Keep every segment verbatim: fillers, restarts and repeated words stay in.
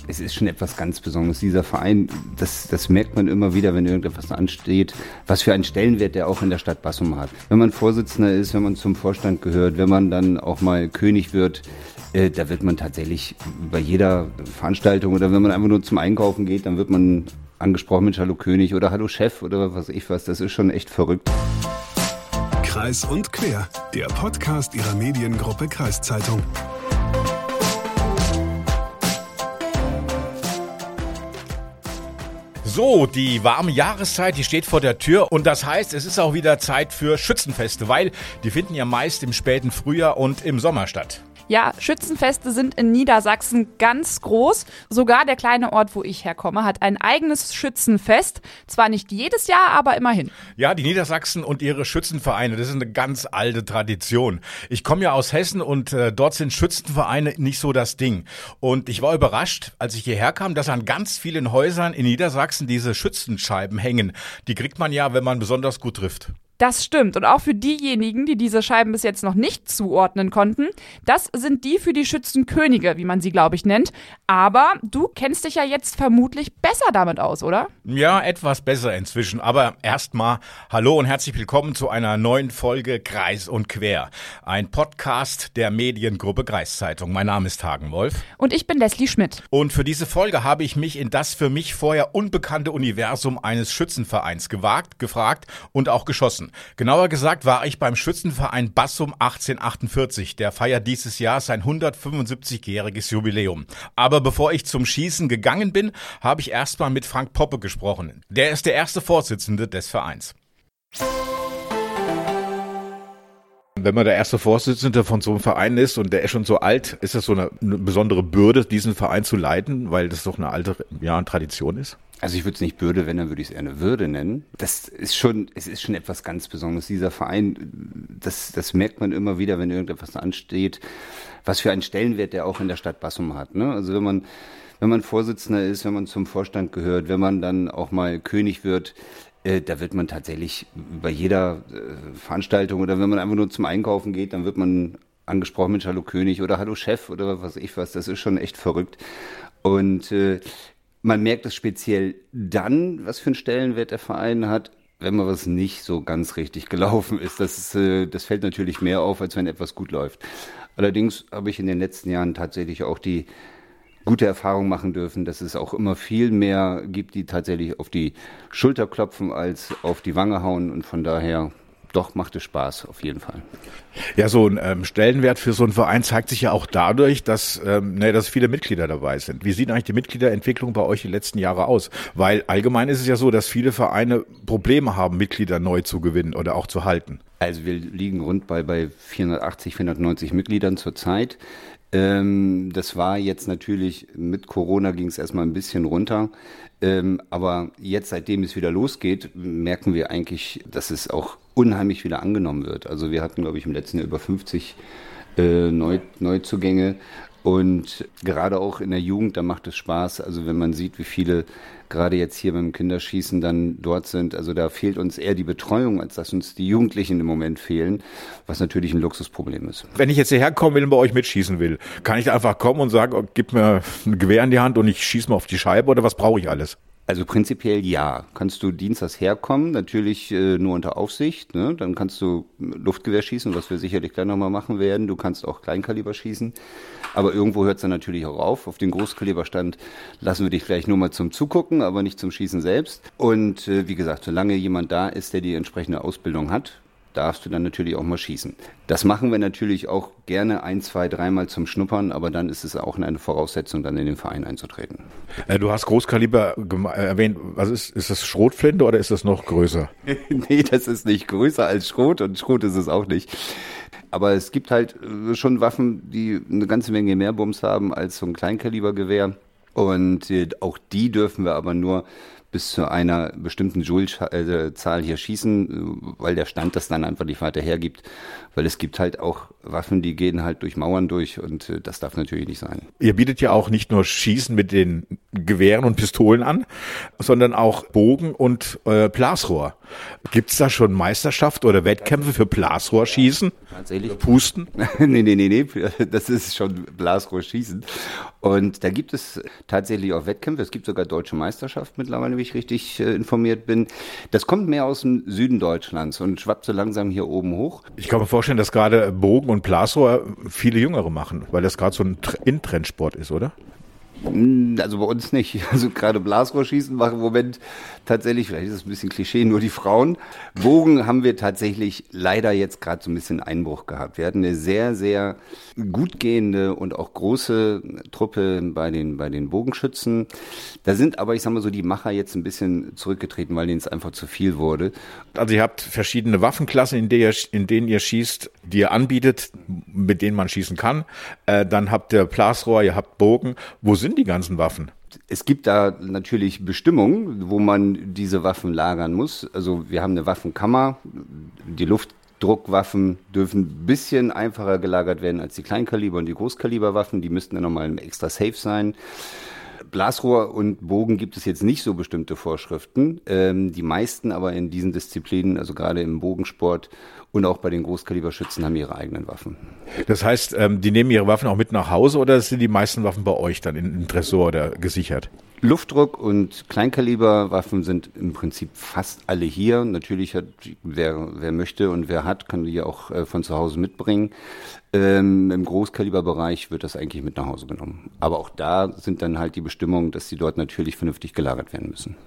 Es ist schon etwas ganz Besonderes. Dieser Verein, das, das merkt man immer wieder, wenn irgendetwas ansteht, was für einen Stellenwert der auch in der Stadt Bassum hat. Wenn man Vorsitzender ist, wenn man zum Vorstand gehört, wenn man dann auch mal König wird, äh, da wird man tatsächlich bei jeder Veranstaltung oder wenn man einfach nur zum Einkaufen geht, dann wird man angesprochen mit Hallo König oder Hallo Chef oder was weiß ich was. Das ist schon echt verrückt. Kreis und Quer, der Podcast Ihrer Mediengruppe Kreiszeitung. So, die warme Jahreszeit, die steht vor der Tür und das heißt, es ist auch wieder Zeit für Schützenfeste, weil die finden ja meist im späten Frühjahr und im Sommer statt. Ja, Schützenfeste sind in Niedersachsen ganz groß. Sogar der kleine Ort, wo ich herkomme, hat ein eigenes Schützenfest. Zwar nicht jedes Jahr, aber immerhin. Ja, die Niedersachsen und ihre Schützenvereine, das ist eine ganz alte Tradition. Ich komme ja aus Hessen und äh, dort sind Schützenvereine nicht so das Ding. Und ich war überrascht, als ich hierher kam, dass an ganz vielen Häusern in Niedersachsen diese Schützenscheiben hängen. Die kriegt man ja, wenn man besonders gut trifft. Das stimmt. Und auch für diejenigen, die diese Scheiben bis jetzt noch nicht zuordnen konnten, das sind die für die Schützenkönige, wie man sie, glaube ich, nennt. Aber du kennst dich ja jetzt vermutlich besser damit aus, oder? Ja, etwas besser inzwischen. Aber erstmal hallo und herzlich willkommen zu einer neuen Folge Kreis und Quer. Ein Podcast der Mediengruppe Kreiszeitung. Mein Name ist Hagen Wolf. Und ich bin Leslie Schmidt. Und für diese Folge habe ich mich in das für mich vorher unbekannte Universum eines Schützenvereins gewagt, gefragt und auch geschossen. Genauer gesagt war ich beim Schützenverein Bassum achtzehnhundertachtundvierzig. Der feiert dieses Jahr sein hundertfünfundsiebzigjähriges Jubiläum. Aber bevor ich zum Schießen gegangen bin, habe ich erstmal mit Frank Poppe gesprochen. Der ist der erste Vorsitzende des Vereins. Wenn man der erste Vorsitzende von so einem Verein ist und der ist schon so alt, ist das so eine, eine besondere Bürde, diesen Verein zu leiten, weil das doch eine alte ja, eine Tradition ist? Also ich würde es nicht Bürde, wenn, dann würde ich es eher eine Würde nennen. Das ist schon, es ist schon etwas ganz Besonderes. Dieser Verein, das, das merkt man immer wieder, wenn irgendetwas ansteht, was für einen Stellenwert der auch in der Stadt Bassum hat. Ne? Also wenn man, wenn man Vorsitzender ist, wenn man zum Vorstand gehört, wenn man dann auch mal König wird, äh, da wird man tatsächlich bei jeder äh, Veranstaltung oder wenn man einfach nur zum Einkaufen geht, dann wird man angesprochen mit Hallo König oder Hallo Chef oder was weiß ich was. Das ist schon echt verrückt. Und äh, man merkt es speziell dann, was für einen Stellenwert der Verein hat, wenn mal was nicht so ganz richtig gelaufen ist. Das, ist, äh, das fällt natürlich mehr auf, als wenn etwas gut läuft. Allerdings habe ich in den letzten Jahren tatsächlich auch die gute Erfahrung machen dürfen, dass es auch immer viel mehr gibt, die tatsächlich auf die Schulter klopfen, als auf die Wange hauen. Und von daher, doch, macht es Spaß, auf jeden Fall. Ja, so ein ähm, Stellenwert für so einen Verein zeigt sich ja auch dadurch, dass, ähm, ne, dass viele Mitglieder dabei sind. Wie sieht eigentlich die Mitgliederentwicklung bei euch die letzten Jahre aus? Weil allgemein ist es ja so, dass viele Vereine Probleme haben, Mitglieder neu zu gewinnen oder auch zu halten. Also wir liegen rund bei, bei vierhundertachtzig, vierhundertneunzig Mitgliedern zurzeit. Ähm, das war jetzt natürlich, mit Corona ging es erstmal ein bisschen runter. Ähm, aber jetzt, seitdem es wieder losgeht, merken wir eigentlich, dass es auch unheimlich wieder angenommen wird. Also wir hatten, glaube ich, im letzten Jahr über fünfzig äh, Neu- Neuzugänge. Und gerade auch in der Jugend, da macht es Spaß. Also wenn man sieht, wie viele gerade jetzt hier beim Kinderschießen dann dort sind. Also da fehlt uns eher die Betreuung, als dass uns die Jugendlichen im Moment fehlen, was natürlich ein Luxusproblem ist. Wenn ich jetzt hierher kommen will und bei euch mitschießen will, kann ich da einfach kommen und sagen, oh, gib mir ein Gewehr in die Hand und ich schieße mal auf die Scheibe oder was brauche ich alles? Also prinzipiell ja. Kannst du dienstags herkommen, natürlich äh, nur unter Aufsicht. Ne? Dann kannst du Luftgewehr schießen, was wir sicherlich gleich nochmal machen werden. Du kannst auch Kleinkaliber schießen. Aber irgendwo hört es dann natürlich auch auf. Auf den Großkaliberstand lassen wir dich gleich nur mal zum Zugucken, aber nicht zum Schießen selbst. Und äh, wie gesagt, solange jemand da ist, der die entsprechende Ausbildung hat, darfst du dann natürlich auch mal schießen. Das machen wir natürlich auch gerne ein, zwei, dreimal zum Schnuppern, aber dann ist es auch eine Voraussetzung, dann in den Verein einzutreten. Äh, du hast Großkaliber geme- äh, erwähnt. Was ist, ist das Schrotflinte oder ist das noch größer? Nee, das ist nicht größer als Schrot und Schrot ist es auch nicht. Aber es gibt halt schon Waffen, die eine ganze Menge mehr Bums haben als so ein Kleinkalibergewehr. Und auch die dürfen wir aber nur bis zu einer bestimmten Joule-Zahl hier schießen, weil der Stand das dann einfach nicht weiter hergibt. Weil es gibt halt auch Waffen, die gehen halt durch Mauern durch und das darf natürlich nicht sein. Ihr bietet ja auch nicht nur Schießen mit den Gewehren und Pistolen an, sondern auch Bogen und äh, Blasrohr. Gibt es da schon Meisterschaft oder Wettkämpfe für Blasrohrschießen? Tatsächlich? Oder Pusten? nee, nee, nee, nee, das ist schon Blasrohrschießen. Und da gibt es tatsächlich auch Wettkämpfe. Es gibt sogar deutsche Meisterschaft mittlerweile, wie ich richtig äh, informiert bin. Das kommt mehr aus dem Süden Deutschlands und schwappt so langsam hier oben hoch. Ich kann mir vorstellen, dass gerade Bogen und Blasrohr viele Jüngere machen, weil das gerade so ein In-Trendsport ist, oder? Also bei uns nicht. Also gerade Blasrohrschießen machen im Moment tatsächlich, vielleicht ist es ein bisschen Klischee, nur die Frauen. Bogen haben wir tatsächlich leider jetzt gerade so ein bisschen Einbruch gehabt. Wir hatten eine sehr, sehr gut gehende und auch große Truppe bei den, bei den Bogenschützen. Da sind aber, ich sag mal so, die Macher jetzt ein bisschen zurückgetreten, weil denen es einfach zu viel wurde. Also ihr habt verschiedene Waffenklassen, in, der, in denen ihr schießt, die ihr anbietet, mit denen man schießen kann. Äh, dann habt ihr Blasrohr, ihr habt Bogen. Wo sind die ganzen Waffen? Es gibt da natürlich Bestimmungen, wo man diese Waffen lagern muss. Also wir haben eine Waffenkammer. Die Luftdruckwaffen dürfen ein bisschen einfacher gelagert werden als die Kleinkaliber- und die Großkaliberwaffen. Die müssten dann nochmal extra safe sein. Blasrohr und Bogen gibt es jetzt nicht so bestimmte Vorschriften. Ähm, die meisten aber in diesen Disziplinen, also gerade im Bogensport und auch bei den Großkaliberschützen, haben ihre eigenen Waffen. Das heißt, ähm, die nehmen ihre Waffen auch mit nach Hause oder sind die meisten Waffen bei euch dann im Tresor oder gesichert? Luftdruck- und Kleinkaliberwaffen sind im Prinzip fast alle hier. Natürlich hat, wer, wer möchte und wer hat, kann die auch äh, von zu Hause mitbringen. Ähm, Im Großkaliberbereich wird das eigentlich mit nach Hause genommen. Aber auch da sind dann halt die Bestimmungen, dass die dort natürlich vernünftig gelagert werden müssen.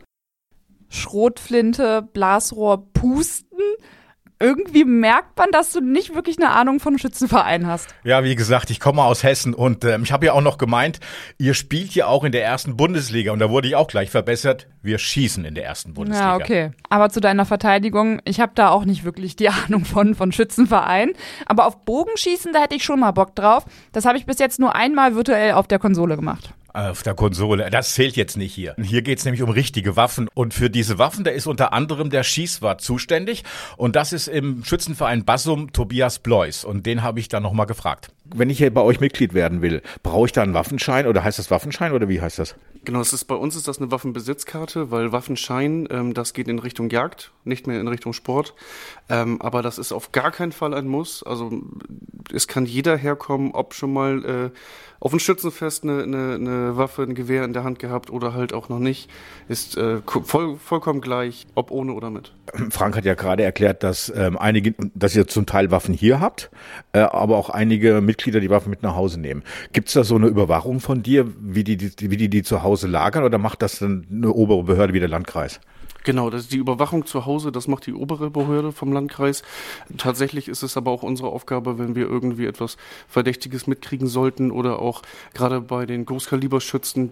Schrotflinte, Blasrohr, Pusten. Irgendwie merkt man, dass du nicht wirklich eine Ahnung von Schützenvereinen hast. Ja, wie gesagt, ich komme aus Hessen und ähm, ich habe ja auch noch gemeint, ihr spielt ja auch in der ersten Bundesliga und da wurde ich auch gleich verbessert. Wir schießen in der ersten Bundesliga. Ja, okay. Aber zu deiner Verteidigung, ich habe da auch nicht wirklich die Ahnung von, von Schützenvereinen. Aber auf Bogenschießen, da hätte ich schon mal Bock drauf. Das habe ich bis jetzt nur einmal virtuell auf der Konsole gemacht. Auf der Konsole. Das zählt jetzt nicht hier. Hier geht's nämlich um richtige Waffen. Und für diese Waffen, da ist unter anderem der Schießwart zuständig. Und das ist im Schützenverein Bassum Tobias Blois. Und den habe ich dann nochmal gefragt. Wenn ich hier bei euch Mitglied werden will, brauche ich da einen Waffenschein oder heißt das Waffenschein oder wie heißt das? Genau, es ist, bei uns ist das eine Waffenbesitzkarte, weil Waffenschein, ähm, das geht in Richtung Jagd, nicht mehr in Richtung Sport. Ähm, aber das ist auf gar keinen Fall ein Muss. Also es kann jeder herkommen, ob schon mal äh, auf ein Schützenfest eine, eine, eine Waffe, ein Gewehr in der Hand gehabt oder halt auch noch nicht. Ist äh, voll, vollkommen gleich, ob ohne oder mit. Frank hat ja gerade erklärt, dass ähm, einige, dass ihr zum Teil Waffen hier habt, äh, aber auch einige Mitglieder die Waffen mit nach Hause nehmen. Gibt es da so eine Überwachung von dir, wie die, die, wie die die zu Hause lagern oder macht das dann eine obere Behörde wie der Landkreis? Genau, das ist die Überwachung zu Hause, das macht die obere Behörde vom Landkreis. Tatsächlich ist es aber auch unsere Aufgabe, wenn wir irgendwie etwas Verdächtiges mitkriegen sollten oder auch gerade bei den Großkaliberschützen,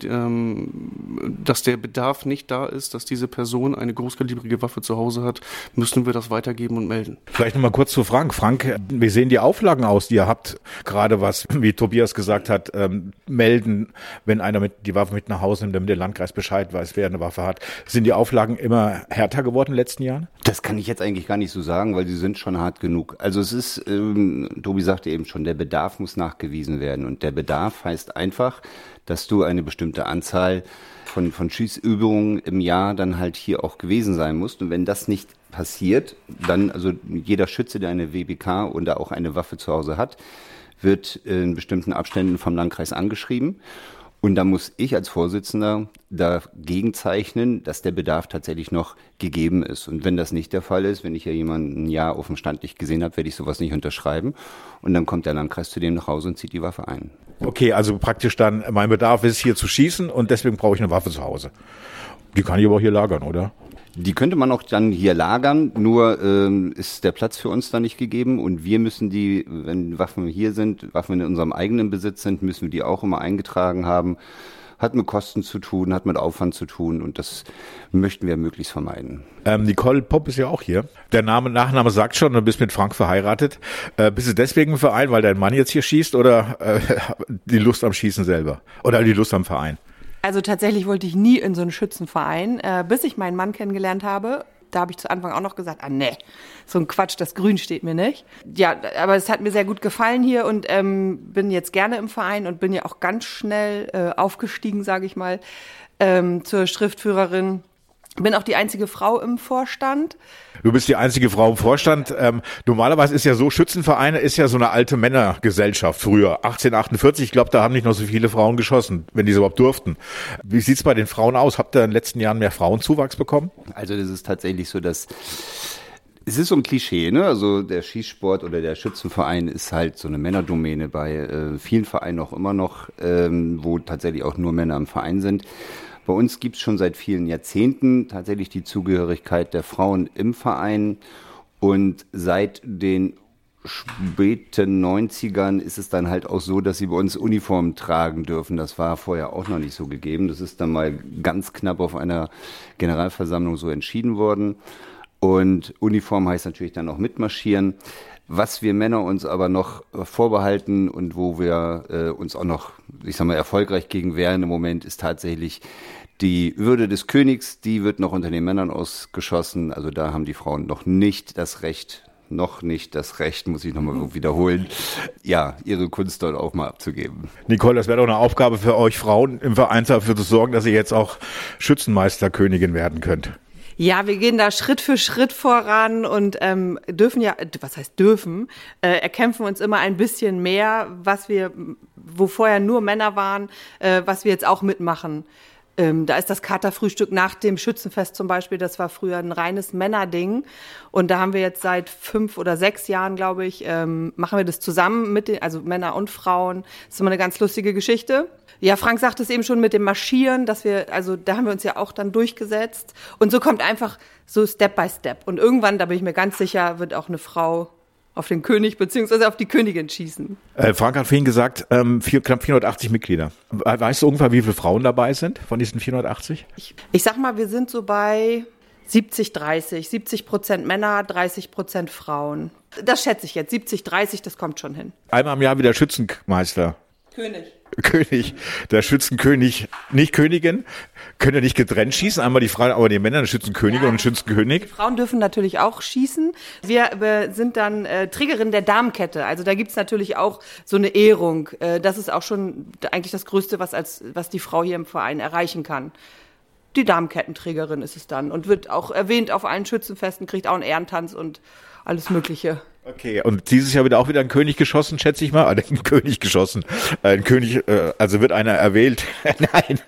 ähm, dass der Bedarf nicht da ist, dass diese Person eine großkalibrige Waffe zu Hause hat, müssen wir das weitergeben und melden. Vielleicht nochmal kurz zu Frank. Frank, wie sehen die Auflagen aus, die ihr habt? Gerade was, wie Tobias gesagt hat, ähm, melden, wenn einer mit die Waffe mit nach Hause nimmt, damit der Landkreis Bescheid weiß, wer eine Waffe hat. Sind die Auflagen immer härter geworden in den letzten Jahren? Das kann ich jetzt eigentlich gar nicht so sagen, weil sie sind schon hart genug. Also es ist, ähm, Tobi sagte eben schon, der Bedarf muss nachgewiesen werden. Und der Bedarf heißt einfach, dass du eine bestimmte Anzahl von, von Schießübungen im Jahr dann halt hier auch gewesen sein musst. Und wenn das nicht passiert, dann, also jeder Schütze, der eine W B K oder auch eine Waffe zu Hause hat, wird in bestimmten Abständen vom Landkreis angeschrieben. Und da muss ich als Vorsitzender dagegen zeichnen, dass der Bedarf tatsächlich noch gegeben ist. Und wenn das nicht der Fall ist, wenn ich ja jemanden ein Jahr auf dem Stand nicht gesehen habe, werde ich sowas nicht unterschreiben. Und dann kommt der Landkreis zu dem nach Hause und zieht die Waffe ein. Okay, also praktisch dann, mein Bedarf ist hier zu schießen und deswegen brauche ich eine Waffe zu Hause. Die kann ich aber auch hier lagern, oder? Die könnte man auch dann hier lagern, nur ähm, ist der Platz für uns da nicht gegeben und wir müssen die, wenn Waffen hier sind, Waffen in unserem eigenen Besitz sind, müssen wir die auch immer eingetragen haben. Hat mit Kosten zu tun, hat mit Aufwand zu tun und das möchten wir möglichst vermeiden. Ähm, Nicole Popp ist ja auch hier. Der Name, Nachname sagt schon, du bist mit Frank verheiratet. Äh, bist du deswegen im Verein, weil dein Mann jetzt hier schießt oder äh, die Lust am Schießen selber? Oder die Lust am Verein? Also tatsächlich wollte ich nie in so einen Schützenverein, äh, bis ich meinen Mann kennengelernt habe. Da habe ich zu Anfang auch noch gesagt, ah nee, so ein Quatsch, das Grün steht mir nicht. Ja, aber es hat mir sehr gut gefallen hier und ähm, bin jetzt gerne im Verein und bin ja auch ganz schnell äh, aufgestiegen, sage ich mal, ähm, zur Schriftführerin. Bin auch die einzige Frau im Vorstand. Du bist die einzige Frau im Vorstand. Ähm, normalerweise ist ja so, Schützenvereine ist ja so eine alte Männergesellschaft früher. achtzehnhundertachtundvierzig, ich glaube, da haben nicht noch so viele Frauen geschossen, wenn die es überhaupt durften. Wie sieht's bei den Frauen aus? Habt ihr in den letzten Jahren mehr Frauenzuwachs bekommen? Also das ist tatsächlich so, dass es ist so ein Klischee, ne? Also der Schießsport oder der Schützenverein ist halt so eine Männerdomäne bei äh, vielen Vereinen auch immer noch, ähm, wo tatsächlich auch nur Männer im Verein sind. Bei uns gibt es schon seit vielen Jahrzehnten tatsächlich die Zugehörigkeit der Frauen im Verein und seit den späten neunzigern ist es dann halt auch so, dass sie bei uns Uniformen tragen dürfen. Das war vorher auch noch nicht so gegeben. Das ist dann mal ganz knapp auf einer Generalversammlung so entschieden worden. Und Uniform heißt natürlich dann auch mitmarschieren. Was wir Männer uns aber noch vorbehalten und wo wir äh, uns auch noch, ich sag mal, erfolgreich gegen wehren im Moment, ist tatsächlich die Würde des Königs. Die wird noch unter den Männern ausgeschossen. Also da haben die Frauen noch nicht das Recht, noch nicht das Recht, muss ich nochmal wiederholen, ja, ihre Kunst dort auch mal abzugeben. Nicole, das wäre doch eine Aufgabe für euch Frauen im Verein, dafür zu sorgen, dass ihr jetzt auch Schützenmeisterkönigin werden könnt. Ja, wir gehen da Schritt für Schritt voran und ähm, dürfen ja, was heißt dürfen, äh, erkämpfen uns immer ein bisschen mehr, was wir, wo vorher nur Männer waren, äh, was wir jetzt auch mitmachen. Ähm, da ist das Katerfrühstück nach dem Schützenfest zum Beispiel, das war früher ein reines Männerding. Und da haben wir jetzt seit fünf oder sechs Jahren, glaube ich, ähm, machen wir das zusammen mit den, also Männer und Frauen. Das ist immer eine ganz lustige Geschichte. Ja, Frank sagt es eben schon mit dem Marschieren, dass wir, also da haben wir uns ja auch dann durchgesetzt. Und so kommt einfach so Step by Step. Und irgendwann, da bin ich mir ganz sicher, wird auch eine Frau auf den König beziehungsweise auf die Königin schießen. Äh, Frank hat vorhin gesagt, ähm, vier, knapp vierhundertachtzig Mitglieder. Weißt du ungefähr, wie viele Frauen dabei sind von diesen vierhundertachtzig? Ich, ich sag mal, wir sind so bei siebzig dreißig. siebzig Prozent Männer, dreißig Prozent Frauen. Das schätze ich jetzt. siebzig dreißig, das kommt schon hin. Einmal im Jahr wieder Schützenmeister. König. König, der Schützenkönig, nicht Königin, können ja nicht getrennt schießen, einmal die Frauen, aber die Männer, eine Schützenkönigin ja, und ein Schützenkönig. Die Frauen dürfen natürlich auch schießen. Wir äh, sind dann äh, Trägerin der Damenkette, also da gibt's natürlich auch so eine Ehrung. Äh, das ist auch schon eigentlich das Größte, was, als, was die Frau hier im Verein erreichen kann. Die Damenkettenträgerin ist es dann und wird auch erwähnt auf allen Schützenfesten, kriegt auch einen Ehrentanz und alles Mögliche. Okay, und dieses Jahr wird auch wieder ein König geschossen, schätze ich mal. Ah, ein König geschossen. Ein König, äh, also wird einer erwählt. Nein,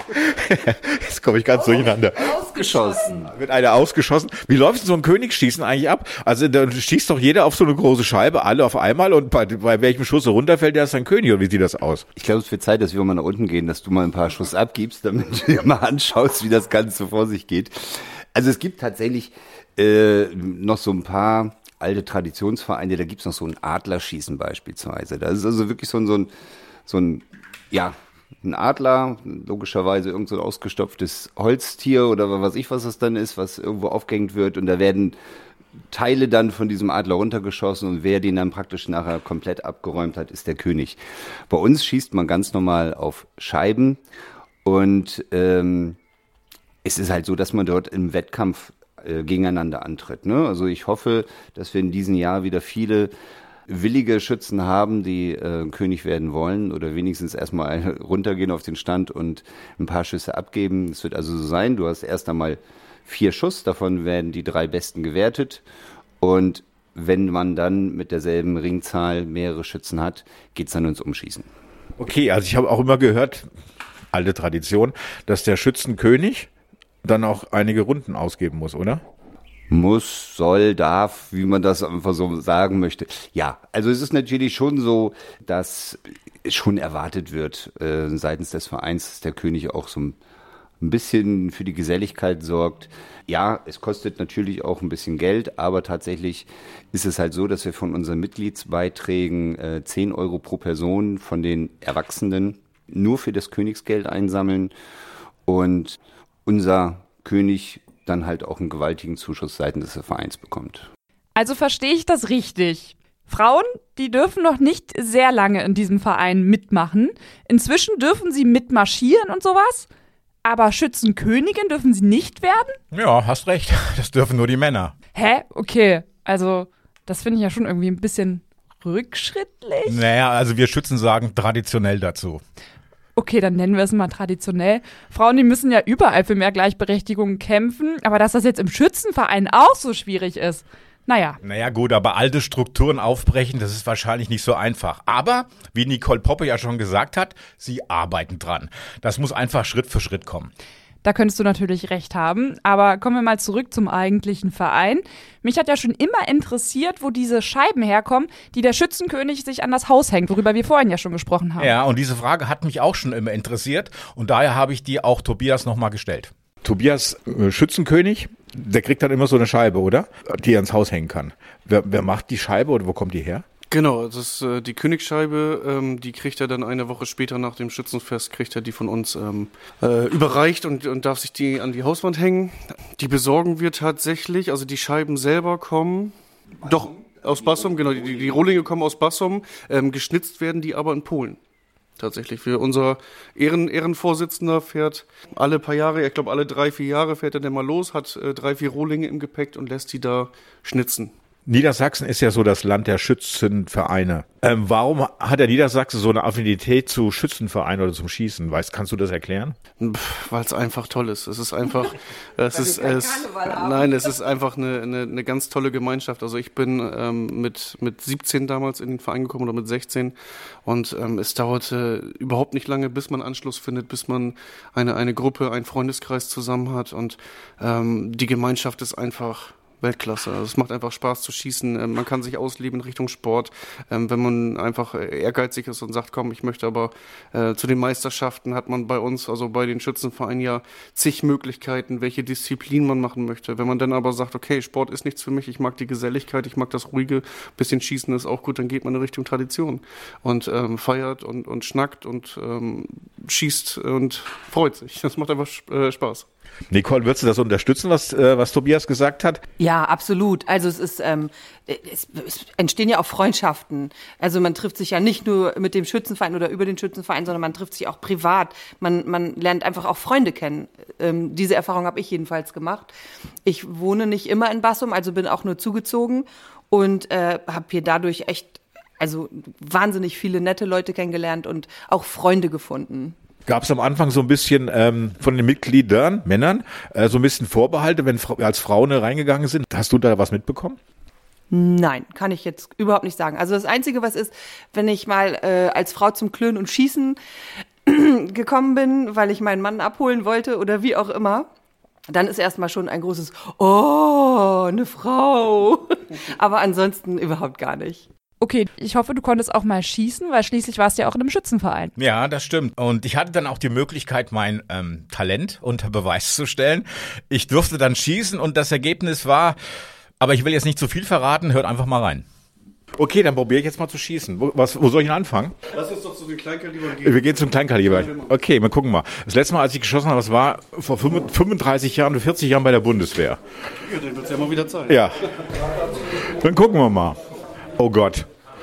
jetzt komme ich ganz oh, durcheinander. Ausgeschossen. Wird einer ausgeschossen. Wie läuft denn so ein Königsschießen eigentlich ab? Also da schießt doch jeder auf so eine große Scheibe, alle auf einmal und bei, bei welchem Schuss er runterfällt, der ist ein König. Und wie sieht das aus? Ich glaube, es wird Zeit, dass wir mal nach unten gehen, dass du mal ein paar Schuss abgibst, damit du dir mal anschaust, wie das Ganze vor sich geht. Also es gibt tatsächlich äh, noch so ein paar alte Traditionsvereine, da gibt's noch so ein Adlerschießen beispielsweise. Das ist also wirklich so ein, so ein, so ein, ja, ein Adler, logischerweise irgend so ein ausgestopftes Holztier oder was weiß ich, was das dann ist, was irgendwo aufgehängt wird und da werden Teile dann von diesem Adler runtergeschossen und wer den dann praktisch nachher komplett abgeräumt hat, ist der König. Bei uns schießt man ganz normal auf Scheiben und ähm, es ist halt so, dass man dort im Wettkampf gegeneinander antritt. Ne? Also ich hoffe, dass wir in diesem Jahr wieder viele willige Schützen haben, die äh, König werden wollen oder wenigstens erstmal runtergehen auf den Stand und ein paar Schüsse abgeben. Es wird also so sein, du hast erst einmal vier Schuss, davon werden die drei besten gewertet und wenn man dann mit derselben Ringzahl mehrere Schützen hat, geht's dann ins Umschießen. Okay, also ich habe auch immer gehört, alte Tradition, dass der Schützenkönig dann auch einige Runden ausgeben muss, oder? Muss, soll, darf, wie man das einfach so sagen möchte. Ja, also es ist natürlich schon so, dass schon erwartet wird äh, seitens des Vereins, dass der König auch so ein bisschen für die Geselligkeit sorgt. Ja, es kostet natürlich auch ein bisschen Geld, aber tatsächlich ist es halt so, dass wir von unseren Mitgliedsbeiträgen äh, zehn Euro pro Person von den Erwachsenen nur für das Königsgeld einsammeln und unser König dann halt auch einen gewaltigen Zuschuss seitens des Vereins bekommt. Also verstehe ich das richtig? Frauen, die dürfen noch nicht sehr lange in diesem Verein mitmachen. Inzwischen dürfen sie mitmarschieren und sowas. Aber Schützenkönigin dürfen sie nicht werden? Ja, hast recht. Das dürfen nur die Männer. Hä? Okay, also das finde ich ja schon irgendwie ein bisschen rückschrittlich. Naja, also wir Schützen sagen traditionell dazu. Okay, dann nennen wir es mal traditionell. Frauen, die müssen ja überall für mehr Gleichberechtigung kämpfen, aber dass das jetzt im Schützenverein auch so schwierig ist, naja. Naja gut, aber alte Strukturen aufbrechen, das ist wahrscheinlich nicht so einfach. Aber, wie Nicole Poppe ja schon gesagt hat, sie arbeiten dran. Das muss einfach Schritt für Schritt kommen. Da könntest du natürlich recht haben, aber kommen wir mal zurück zum eigentlichen Verein. Mich hat ja schon immer interessiert, wo diese Scheiben herkommen, die der Schützenkönig sich an das Haus hängt, worüber wir vorhin ja schon gesprochen haben. Ja, und diese Frage hat mich auch schon immer interessiert und daher habe ich die auch Tobias nochmal gestellt. Tobias, äh, Schützenkönig, der kriegt dann immer so eine Scheibe, oder? Die er ans Haus hängen kann. Wer, wer macht die Scheibe oder wo kommt die her? Genau, das ist äh, die Königsscheibe, ähm, die kriegt er dann eine Woche später nach dem Schützenfest, kriegt er die von uns ähm, äh, überreicht und, und darf sich die an die Hauswand hängen. Die besorgen wir tatsächlich, also die Scheiben selber kommen, Bassum? Doch, aus Bassum, genau, die, die Rohlinge kommen aus Bassum, ähm, geschnitzt werden die aber in Polen. Tatsächlich. Für unser Ehren, Ehrenvorsitzender fährt alle paar Jahre, ich glaube alle drei, vier Jahre fährt er dann mal los, hat äh, drei, vier Rohlinge im Gepäck und lässt die da schnitzen. Niedersachsen ist ja so das Land der Schützenvereine. Ähm, warum hat der Niedersachsen so eine Affinität zu Schützenvereinen oder zum Schießen? Weißt, kannst du das erklären? Weil es einfach toll ist. Es ist einfach, es ist, es, nein, es ist einfach eine, eine, eine ganz tolle Gemeinschaft. Also ich bin ähm, mit mit siebzehn damals in den Verein gekommen oder mit sechzehn und ähm, es dauerte überhaupt nicht lange, bis man Anschluss findet, bis man eine eine Gruppe, einen Freundeskreis zusammen hat und ähm, die Gemeinschaft ist einfach Weltklasse. Also es macht einfach Spaß zu schießen. Man kann sich ausleben in Richtung Sport. Wenn man einfach ehrgeizig ist und sagt, komm, ich möchte aber äh, zu den Meisterschaften, hat man bei uns, also bei den Schützenvereinen ja zig Möglichkeiten, welche Disziplin man machen möchte. Wenn man dann aber sagt, okay, Sport ist nichts für mich, ich mag die Geselligkeit, ich mag das Ruhige, bisschen Schießen ist auch gut, dann geht man in Richtung Tradition und ähm, feiert und, und schnackt und ähm, schießt und freut sich. Das macht einfach äh, Spaß. Nicole, würdest du das unterstützen, was, äh, was Tobias gesagt hat? Ja, absolut. Also es ist, ähm, es, es entstehen ja auch Freundschaften. Also man trifft sich ja nicht nur mit dem Schützenverein oder über den Schützenverein, sondern man trifft sich auch privat. Man, man lernt einfach auch Freunde kennen. Ähm, diese Erfahrung habe ich jedenfalls gemacht. Ich wohne nicht immer in Bassum, also bin auch nur zugezogen und äh, habe hier dadurch echt, also wahnsinnig viele nette Leute kennengelernt und auch Freunde gefunden. Gab es am Anfang so ein bisschen ähm, von den Mitgliedern, Männern, äh, so ein bisschen Vorbehalte, wenn Fra- als Frauen reingegangen sind? Hast du da was mitbekommen? Nein, kann ich jetzt überhaupt nicht sagen. Also das Einzige, was ist, wenn ich mal äh, als Frau zum Klönen und Schießen gekommen bin, weil ich meinen Mann abholen wollte oder wie auch immer, dann ist erstmal schon ein großes Oh, eine Frau. Aber ansonsten überhaupt gar nicht. Okay, ich hoffe, du konntest auch mal schießen, weil schließlich warst du ja auch in einem Schützenverein. Ja, das stimmt. Und ich hatte dann auch die Möglichkeit, mein ähm, Talent unter Beweis zu stellen. Ich durfte dann schießen und das Ergebnis war, aber ich will jetzt nicht zu viel verraten, hört einfach mal rein. Okay, dann probiere ich jetzt mal zu schießen. Wo, was, wo soll ich denn anfangen? Lass uns doch zu den Kleinkaliber gehen. Wir gehen zum Kleinkaliber. Okay, wir gucken mal. Das letzte Mal, als ich geschossen habe, das war vor fünfunddreißig Jahren, vierzig Jahren bei der Bundeswehr. Ja, dann wird es ja mal wieder Zeit. Ja. Dann gucken wir mal. Oh Gott.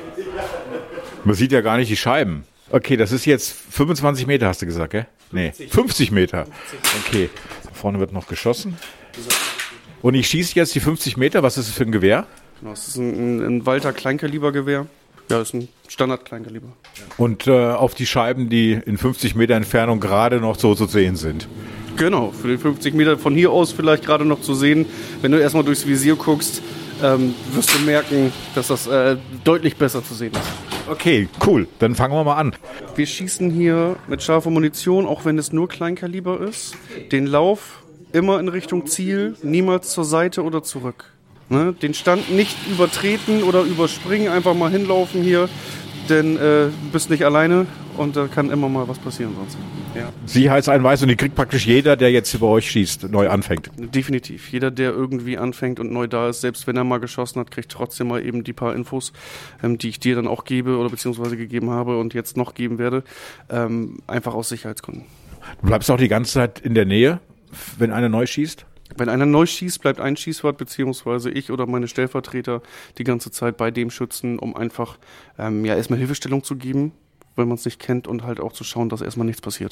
Man sieht ja gar nicht die Scheiben. Okay, das ist jetzt fünfundzwanzig Meter, hast du gesagt, gell? Nee, fünfzig Meter. Okay, da vorne wird noch geschossen. Und ich schieße jetzt die fünfzig Meter. Was ist das für ein Gewehr? Das ist ein, ein Walter Kleinkalibergewehr. Ja, das ist ein Standard-Kleinkaliber. Und äh, auf die Scheiben, die in fünfzig Meter Entfernung gerade noch so zu sehen sind. Genau, für die fünfzig Meter von hier aus vielleicht gerade noch zu sehen. Wenn du erstmal durchs Visier guckst, ähm, wirst du merken, dass das äh, deutlich besser zu sehen ist. Okay, cool. Dann fangen wir mal an. Wir schießen hier mit scharfer Munition, auch wenn es nur Kleinkaliber ist, den Lauf immer in Richtung Ziel, niemals zur Seite oder zurück. Ne? Den Stand nicht übertreten oder überspringen, einfach mal hinlaufen hier, denn äh, du bist nicht alleine und da kann immer mal was passieren sonst. Ja. Sicherheitseinweis und die kriegt praktisch jeder, der jetzt über euch schießt, neu anfängt. Definitiv. Jeder, der irgendwie anfängt und neu da ist, selbst wenn er mal geschossen hat, kriegt trotzdem mal eben die paar Infos, ähm, die ich dir dann auch gebe oder beziehungsweise gegeben habe und jetzt noch geben werde, ähm, einfach aus Sicherheitsgründen. Du bleibst auch die ganze Zeit in der Nähe, wenn einer neu schießt? Wenn einer neu schießt, bleibt ein Schießwart beziehungsweise ich oder meine Stellvertreter die ganze Zeit bei dem Schützen, um einfach ähm, ja erstmal Hilfestellung zu geben, wenn man es nicht kennt und halt auch zu schauen, dass erstmal nichts passiert.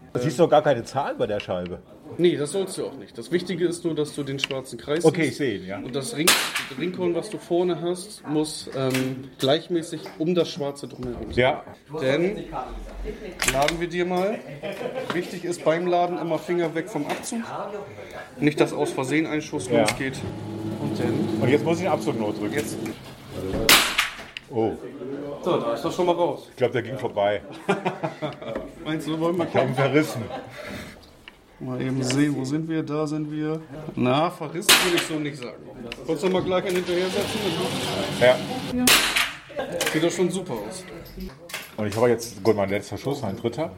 Du siehst doch gar keine Zahl bei der Scheibe. Nee, das sollst du auch nicht. Das Wichtige ist nur, dass du den schwarzen Kreis Okay, siehst. ich sehe ihn, ja. Und das Ring, Ringhorn, was du vorne hast, muss ähm, gleichmäßig um das Schwarze drumherum sein. Ja. Denn, laden wir dir mal. Wichtig ist beim Laden immer Finger weg vom Abzug. Nicht, dass aus Versehen ein Schuss Ja. losgeht. Und dann, Und jetzt muss ich den Abzugnot drücken. jetzt, Oh, so, da ist das schon mal raus. ich glaube, der ging vorbei. Meinst du, wollen wir Ich habe ihn gucken? verrissen. Mal eben sehen, wo sind wir? Da sind wir. Na, verrissen will ich so nicht sagen. Wolltest du mal gleich einen hinterher setzen? Ja. Sieht doch schon super aus. Und ich habe jetzt, gut, mein letzter Schuss, ein dritter.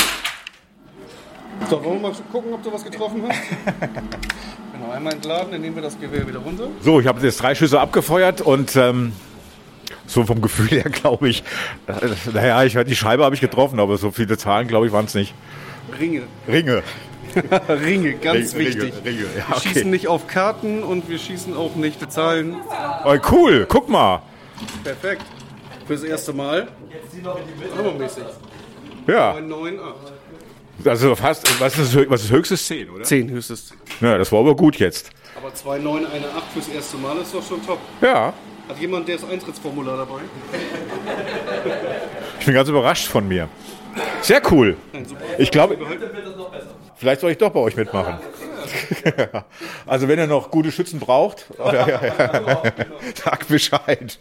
So, wollen wir mal gucken, ob du was getroffen hast? Genau, einmal entladen, dann nehmen wir das Gewehr wieder runter. So, ich habe jetzt drei Schüsse abgefeuert und ähm, so vom Gefühl her glaube ich, äh, naja, ich, die Scheibe habe ich getroffen, aber so viele Zahlen, glaube ich, waren es nicht. Ringe. Ringe. Ringe, ganz Ringe, wichtig. Ringe, ja, Wir okay. schießen nicht auf Karten und wir schießen auch nicht die Zahlen. Oh, cool, guck mal. Perfekt. Fürs erste Mal. Hammermäßig. Ja, Bei neun, acht. also fast, was ist, das- was ist höchstes zehn, oder? zehn höchstes. Ja, das war aber gut jetzt. Aber zwei neun, eine acht fürs erste Mal ist doch schon top. Ja, Hat jemand das Eintrittsformular dabei? ich bin ganz überrascht von mir. Sehr cool. Ich glaube, vielleicht soll ich doch bei euch mitmachen. Also wenn ihr noch gute Schützen braucht, oder, ja, ja, sag Bescheid.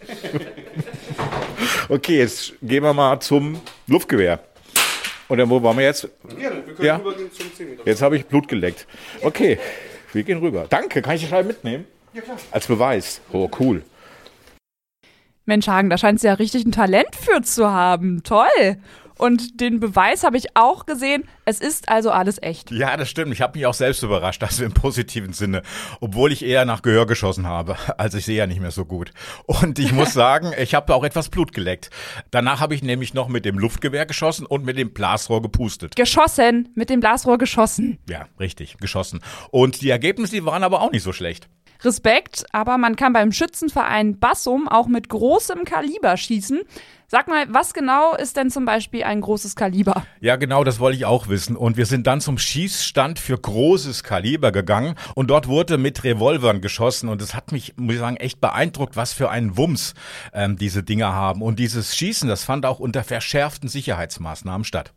Okay, jetzt gehen wir mal zum Luftgewehr. Oder wo waren wir jetzt? Gerne, wir können Ja. übergehen zum zehn Meter. Jetzt habe ich Blut geleckt. Okay, wir gehen rüber. Danke, kann ich die Scheibe mitnehmen? Ja, klar. Als Beweis. Oh, cool. Mensch, Hagen, da scheint sie ja richtig ein Talent für zu haben. Toll. Und den Beweis habe ich auch gesehen. Es ist also alles echt. Ja, das stimmt. Ich habe mich auch selbst überrascht, also im positiven Sinne. Obwohl ich eher nach Gehör geschossen habe. Also ich sehe ja nicht mehr so gut. Und ich muss sagen, ich habe auch etwas Blut geleckt. Danach habe ich nämlich noch mit dem Luftgewehr geschossen und mit dem Blasrohr gepustet. Geschossen, mit dem Blasrohr geschossen. Ja, richtig, geschossen. Und die Ergebnisse, die waren aber auch nicht so schlecht. Respekt, aber man kann beim Schützenverein Bassum auch mit großem Kaliber schießen. Sag mal, was genau ist denn zum Beispiel ein großes Kaliber? Ja, genau, das wollte ich auch wissen. Und wir sind dann zum Schießstand für großes Kaliber gegangen. Und dort wurde mit Revolvern geschossen. Und es hat mich, muss ich sagen, echt beeindruckt, was für einen Wumms ähm, diese Dinger haben. Und dieses Schießen, das fand auch unter verschärften Sicherheitsmaßnahmen statt.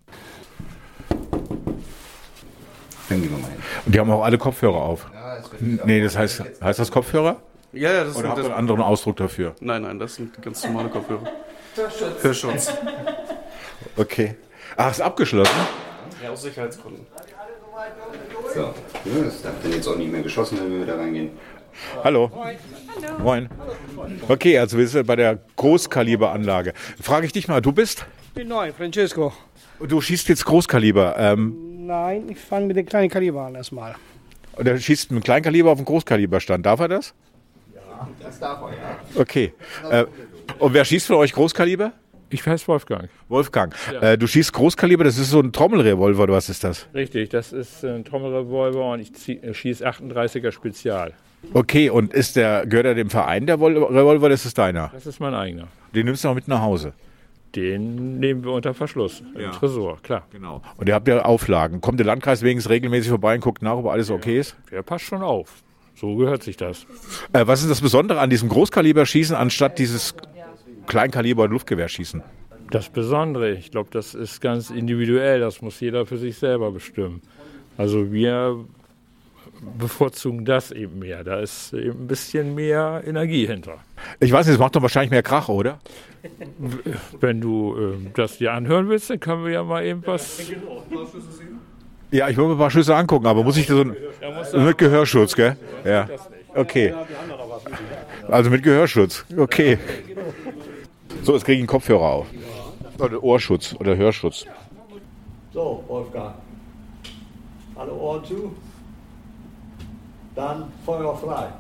Dann gehen wir mal hin. Und die haben auch alle Kopfhörer auf. Nee, das heißt, heißt das Kopfhörer? Ja, ja, das Oder ist habt ihr das, einen anderen Ausdruck dafür? Nein, nein, das sind ganz normale Kopfhörer. Hörschutz. Hörschutz. Okay. Ach, ist abgeschlossen? Ja, aus Sicherheitsgründen. So, ja, das darf dann jetzt auch nicht mehr geschossen, wenn wir wieder reingehen. Hallo. Moin. Okay, also wir sind bei der Großkaliberanlage. Frage ich dich mal, du bist? Ich bin neu, Francesco. Du schießt jetzt Großkaliber. Ähm, Nein, ich fange mit dem kleinen Kaliber an erstmal. und er schießt mit dem Kleinkaliber auf den Großkaliberstand. Darf er das? Ja, das darf er, ja. Okay. Äh, und wer schießt von euch Großkaliber? Ich heiße Wolfgang. Wolfgang. Äh, du schießt Großkaliber, das ist so ein Trommelrevolver, oder was ist das? Richtig, das ist ein Trommelrevolver und ich zieh- äh, schieße achtunddreißiger Spezial. Okay, und ist der, gehört er dem Verein, der Vol- Revolver, das ist deiner? Das ist mein eigener. Den nimmst du auch mit nach Hause? Den nehmen wir unter Verschluss im Tresor, klar. Genau. Und ihr habt ja Auflagen. Kommt der Landkreis wenigstens regelmäßig vorbei und guckt nach, ob alles okay ist? Der passt schon auf. So gehört sich das. Äh, was ist das Besondere an diesem Großkaliberschießen anstatt dieses Kleinkaliber- und Luftgewehrschießen? Das Besondere, ich glaube, das ist ganz individuell. Das muss jeder für sich selber bestimmen. Also wir bevorzugen das eben mehr. Da ist eben ein bisschen mehr Energie hinter. Ich weiß nicht, es macht doch wahrscheinlich mehr Krach, oder? Wenn du äh, das dir anhören willst, dann können wir ja mal eben was... Ja, ich will mir ein paar Schüsse angucken, aber muss ich so ein, mit Gehörschutz, gell? Ja. Okay. Also mit Gehörschutz. Okay. So, jetzt kriege ich einen Kopfhörer auf. Oder Ohrschutz oder Hörschutz. So, Wolfgang. Alle Ohren zu. Dann Feuer frei.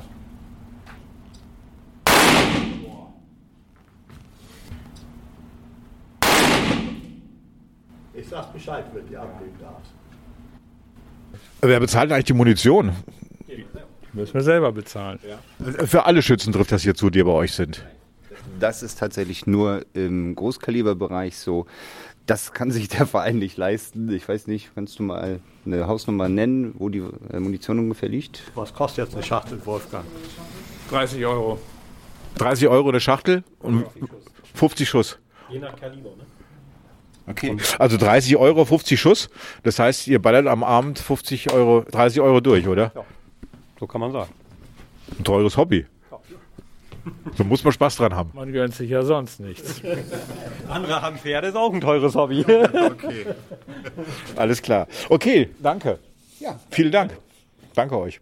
Ich sag Bescheid, wenn ihr abgeben darfst. Wer bezahlt eigentlich die Munition? Müssen wir selber bezahlen. Für alle Schützen trifft das hier zu, die bei euch sind. das ist tatsächlich nur im Großkaliberbereich so. Das kann sich der Verein nicht leisten. Ich weiß nicht, kannst du mal eine Hausnummer nennen, wo die Munition ungefähr liegt? Was kostet jetzt eine Schachtel, Wolfgang? dreißig Euro. dreißig Euro eine Schachtel und fünfzig Schuss. Je nach Kaliber, ne? Okay. Also dreißig Euro, fünfzig Schuss. Das heißt, ihr ballert am Abend fünfzig Euro, dreißig Euro durch, oder? Ja, so kann man sagen. Ein teures Hobby. So muss man Spaß dran haben. Man gönnt sich ja sonst nichts. Andere haben Pferde, ist auch ein teures Hobby. Okay. Alles klar. Okay, danke. Ja. Vielen Dank. Danke euch.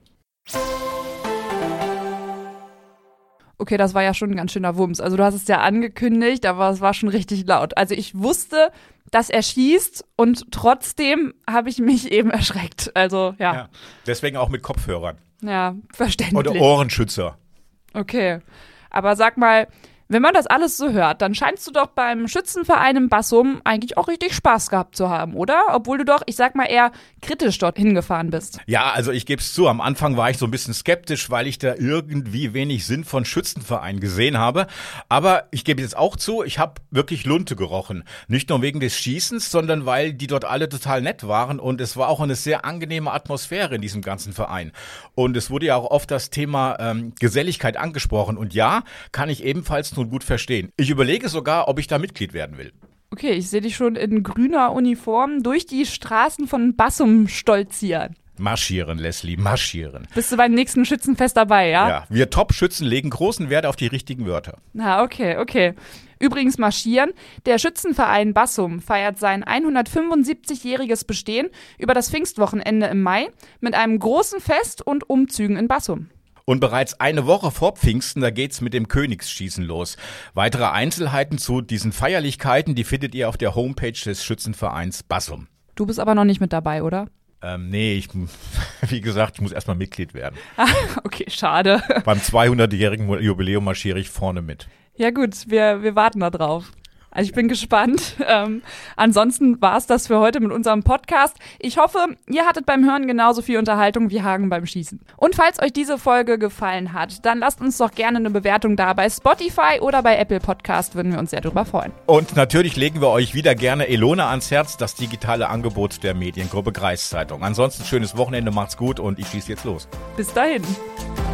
Okay, das war ja schon ein ganz schöner Wumms. Also du hast es ja angekündigt, aber es war schon richtig laut. Also ich wusste, dass er schießt und trotzdem habe ich mich eben erschreckt. Also ja. Ja, deswegen auch mit Kopfhörern. Ja, verständlich. Oder Ohrenschützer. Okay, aber sag mal, wenn man das alles so hört, dann scheinst du doch beim Schützenverein in Bassum eigentlich auch richtig Spaß gehabt zu haben, oder? Obwohl du doch, ich sag mal, eher kritisch dort hingefahren bist. Ja, also ich gebe es zu, am Anfang war ich so ein bisschen skeptisch, weil ich da irgendwie wenig Sinn von Schützenverein gesehen habe. Aber ich gebe jetzt auch zu, ich habe wirklich Lunte gerochen. Nicht nur wegen des Schießens, sondern weil die dort alle total nett waren und es war auch eine sehr angenehme Atmosphäre in diesem ganzen Verein. Und es wurde ja auch oft das Thema ähm, Geselligkeit angesprochen. Und ja, kann ich ebenfalls nun gut verstehen. Ich überlege sogar, ob ich da Mitglied werden will. Okay, ich sehe dich schon in grüner Uniform durch die Straßen von Bassum stolzieren. Marschieren, Leslie, marschieren. Bist du beim nächsten Schützenfest dabei, ja? Ja, wir Top-Schützen legen großen Wert auf die richtigen Wörter. Na, okay, okay. Übrigens marschieren. Der Schützenverein Bassum feiert sein hundertfünfundsiebzigjähriges Bestehen über das Pfingstwochenende im Mai mit einem großen Fest und Umzügen in Bassum. Und bereits eine Woche vor Pfingsten, da geht's mit dem Königsschießen los. Weitere Einzelheiten zu diesen Feierlichkeiten, die findet ihr auf der Homepage des Schützenvereins Bassum. Du bist aber noch nicht mit dabei, oder? Ähm, nee, ich, wie gesagt, ich muss erstmal Mitglied werden. Ah, okay, schade. Beim zweihundertjährigen Jubiläum marschiere ich vorne mit. Ja gut, wir, wir warten da drauf. Also ich bin gespannt. Ähm, ansonsten war es das für heute mit unserem Podcast. Ich hoffe, ihr hattet beim Hören genauso viel Unterhaltung wie Hagen beim Schießen. Und falls euch diese Folge gefallen hat, dann lasst uns doch gerne eine Bewertung da bei Spotify oder bei Apple Podcast, würden wir uns sehr darüber freuen. Und natürlich legen wir euch wieder gerne Elona ans Herz, das digitale Angebot der Mediengruppe Kreiszeitung. Ansonsten schönes Wochenende, macht's gut und ich schieße jetzt los. Bis dahin.